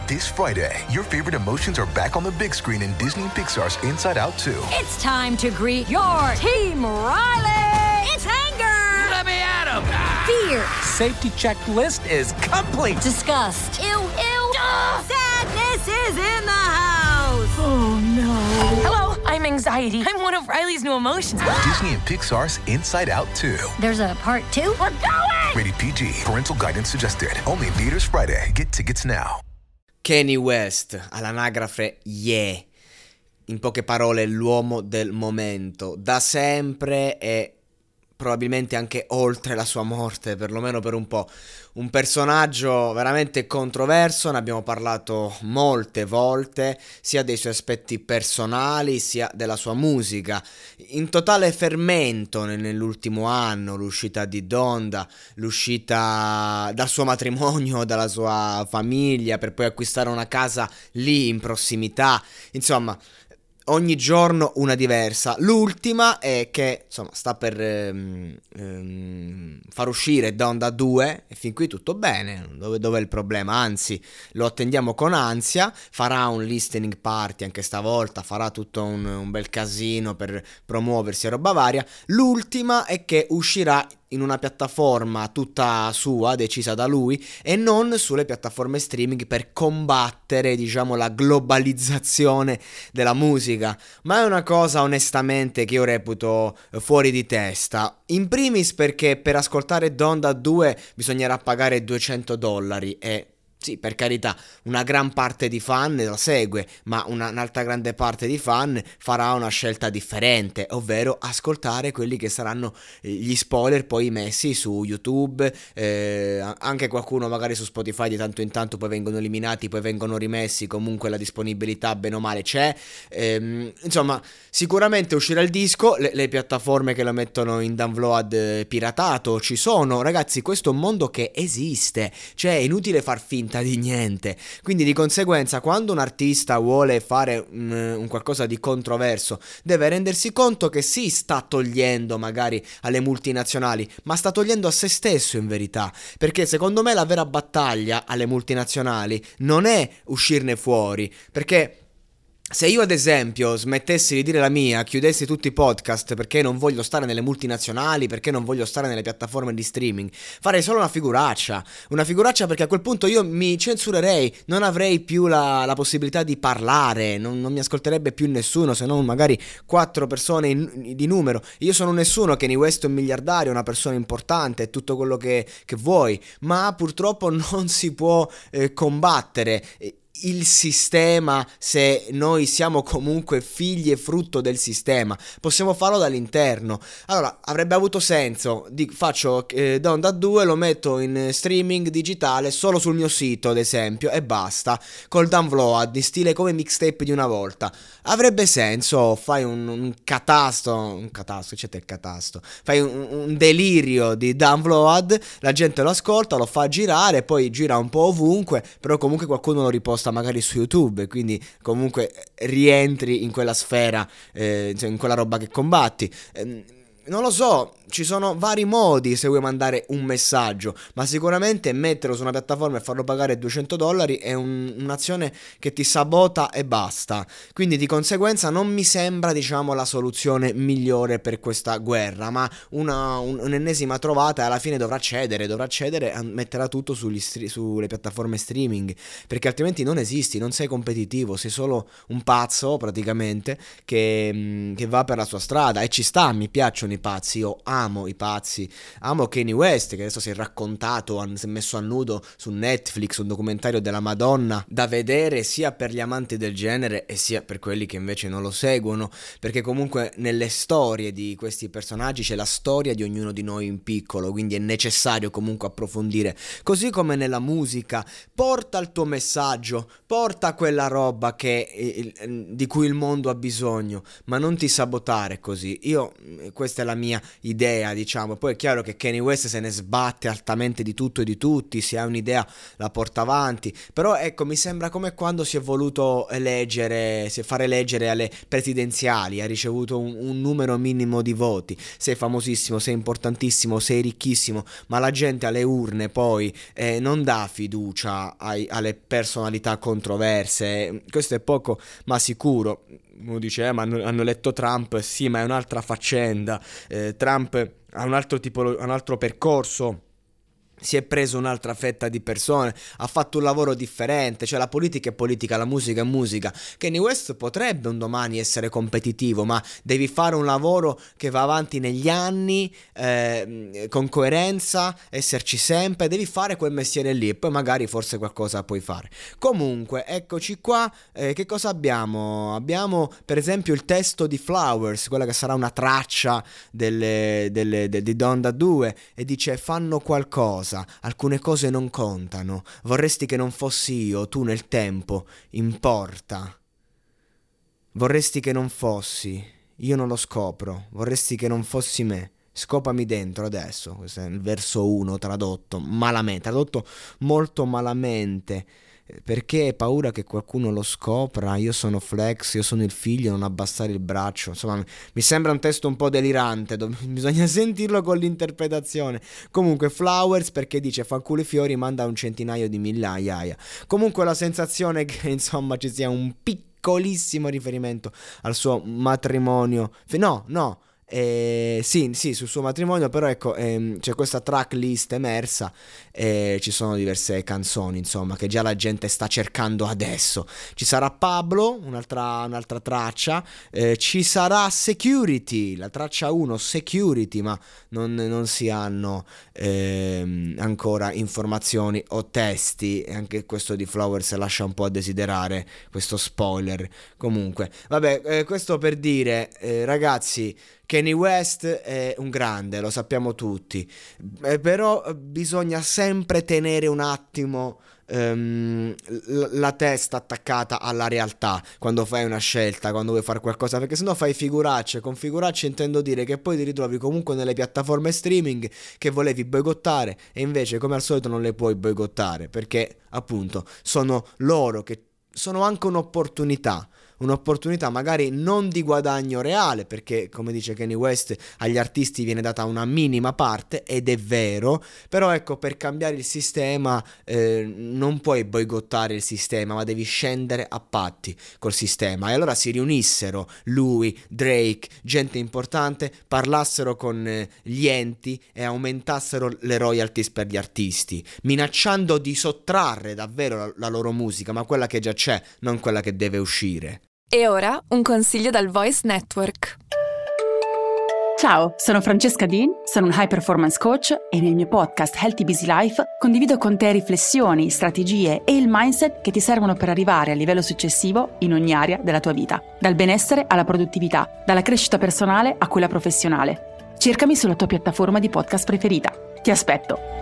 This Friday, your favorite emotions are back on the big screen in Disney and Pixar's Inside Out 2. It's time to greet your Team Riley! It's anger! Let me at him! Fear! Safety checklist is complete! Disgust! Ew! Sadness is in the house! Oh no! Hello, I'm anxiety. I'm one of Riley's new emotions. Disney and Pixar's Inside Out 2. There's a part 2? We're going! Rated PG. Parental guidance suggested. Only in theaters Friday. Get tickets now. Kanye West, all'anagrafe Yeah, in poche parole l'uomo del momento, da sempre e probabilmente anche oltre la sua morte, perlomeno per un po'. Un personaggio veramente controverso, ne abbiamo parlato molte volte, sia dei suoi aspetti personali sia della sua musica. In totale fermento nell'ultimo anno, l'uscita di Donda, l'uscita dal suo matrimonio, dalla sua famiglia, per poi acquistare una casa lì in prossimità, insomma... Ogni giorno una diversa. L'ultima è che insomma sta per far uscire Donda 2 e fin qui tutto bene. Dove è il problema? Anzi, lo attendiamo con ansia. Farà un listening party anche stavolta, farà tutto un bel casino per promuoversi e roba varia. L'ultima è che uscirà in una piattaforma tutta sua, decisa da lui, e non sulle piattaforme streaming per combattere, diciamo, la globalizzazione della musica. Ma è una cosa onestamente che io reputo fuori di testa. In primis perché per ascoltare Donda 2 bisognerà pagare $200 e... Sì, per carità, una gran parte di fan la segue, ma un'altra grande parte di fan farà una scelta differente, ovvero ascoltare quelli che saranno gli spoiler poi messi su YouTube, anche qualcuno magari su Spotify di tanto in tanto, poi vengono eliminati, poi vengono rimessi, comunque la disponibilità bene o male c'è, insomma sicuramente uscirà il disco, le piattaforme che lo mettono in download piratato ci sono, ragazzi, questo è un mondo che esiste, cioè è inutile far finta di niente, quindi di conseguenza quando un artista vuole fare un qualcosa di controverso deve rendersi conto che sì, sta togliendo magari alle multinazionali, ma sta togliendo a se stesso in verità, perché secondo me la vera battaglia alle multinazionali non è uscirne fuori, perché se io ad esempio smettessi di dire la mia, chiudessi tutti i podcast perché non voglio stare nelle multinazionali, perché non voglio stare nelle piattaforme di streaming, farei solo una figuraccia perché a quel punto io mi censurerei, non avrei più la possibilità di parlare, non mi ascolterebbe più nessuno se non magari 4 persone di numero. Io sono nessuno, Kanye West è un miliardario, una persona importante, è tutto quello che vuoi, ma purtroppo non si può combattere il sistema se noi siamo comunque figli e frutto del sistema. Possiamo farlo dall'interno. Allora avrebbe avuto senso faccio Donda 2, lo metto in streaming digitale solo sul mio sito ad esempio e basta, col download in stile come mixtape di una volta. Avrebbe senso, fai un catasto, c'è il catasto, fai un delirio di download, la gente lo ascolta, lo fa girare, poi gira un po' ovunque, però comunque qualcuno lo riposta magari su YouTube, quindi comunque rientri in quella sfera, in quella roba che combatti. Non lo so, ci sono vari modi se vuoi mandare un messaggio, ma sicuramente metterlo su una piattaforma e farlo pagare $200 è un'azione che ti sabota e basta. Quindi di conseguenza non mi sembra, diciamo, la soluzione migliore per questa guerra, ma un'ennesima trovata, e alla fine dovrà cedere, metterà tutto sulle piattaforme streaming, perché altrimenti non esisti, non sei competitivo, sei solo un pazzo praticamente che va per la sua strada, e ci sta, mi piacciono i pazzi, io amo i pazzi, amo Kanye West che adesso si è raccontato, si è messo a nudo su Netflix, un documentario della Madonna da vedere sia per gli amanti del genere e sia per quelli che invece non lo seguono, perché comunque nelle storie di questi personaggi c'è la storia di ognuno di noi in piccolo, quindi è necessario comunque approfondire, così come nella musica. Porta il tuo messaggio, porta quella roba di cui il mondo ha bisogno, ma non ti sabotare così. Questa è la mia idea, diciamo. Poi è chiaro che Kanye West se ne sbatte altamente di tutto e di tutti, se ha un'idea la porta avanti, però ecco, mi sembra come quando si è voluto fare eleggere alle presidenziali, ha ricevuto un numero minimo di voti, sei famosissimo, sei importantissimo, sei ricchissimo, ma la gente alle urne poi non dà fiducia alle personalità controverse. Questo è poco ma sicuro. Uno dice ma hanno eletto Trump, sì, ma è un'altra faccenda. Trump ha un altro percorso, si è preso un'altra fetta di persone, ha fatto un lavoro differente, cioè la politica è politica, la musica è musica. Kanye West potrebbe un domani essere competitivo, ma devi fare un lavoro che va avanti negli anni, con coerenza, esserci sempre, devi fare quel mestiere lì e poi magari forse qualcosa puoi fare. Comunque, eccoci qua, che cosa abbiamo? Abbiamo per esempio il testo di Flowers, quella che sarà una traccia di Donda 2, e dice: fanno qualcosa, alcune cose non contano, vorresti che non fossi io, tu nel tempo, importa. Vorresti che non fossi, io non lo scopro, vorresti che non fossi me, scopami dentro adesso. Questo è il verso 1 tradotto malamente, tradotto molto malamente. Perché hai paura che qualcuno lo scopra? Io sono Flex, io sono il figlio, non abbassare il braccio. Insomma, mi sembra un testo un po' delirante, bisogna sentirlo con l'interpretazione. Comunque Flowers, perché dice fanculo i fiori, manda un centinaio di migliaia. Comunque la sensazione che insomma ci sia un piccolissimo riferimento al suo matrimonio. Sì, sul suo matrimonio, però ecco, c'è questa tracklist emersa e ci sono diverse canzoni, insomma, che già la gente sta cercando adesso. Ci sarà Pablo, un'altra traccia, ci sarà Security, la traccia 1, Security, ma non si hanno ancora informazioni o testi, e anche questo di Flowers lascia un po' a desiderare, questo spoiler. Comunque, vabbè, questo per dire, ragazzi, Kanye West è un grande, lo sappiamo tutti, però bisogna sempre tenere un attimo la testa attaccata alla realtà quando fai una scelta, quando vuoi fare qualcosa, perché sennò fai figuracce. Con figuracce intendo dire che poi ti ritrovi comunque nelle piattaforme streaming che volevi boicottare e invece come al solito non le puoi boicottare, perché appunto sono loro che sono anche un'opportunità magari non di guadagno reale, perché come dice Kanye West agli artisti viene data una minima parte, ed è vero, però ecco, per cambiare il sistema non puoi boicottare il sistema, ma devi scendere a patti col sistema. E allora si riunissero lui, Drake, gente importante, parlassero con gli enti e aumentassero le royalties per gli artisti, minacciando di sottrarre davvero la loro musica, ma quella che già c'è, non quella che deve uscire. E ora un consiglio dal Voice Network. Ciao, sono Francesca Dean, sono un high performance coach e nel mio podcast Healthy Busy Life condivido con te riflessioni, strategie e il mindset che ti servono per arrivare al livello successivo in ogni area della tua vita, dal benessere alla produttività, dalla crescita personale a quella professionale. Cercami sulla tua piattaforma di podcast preferita. Ti aspetto!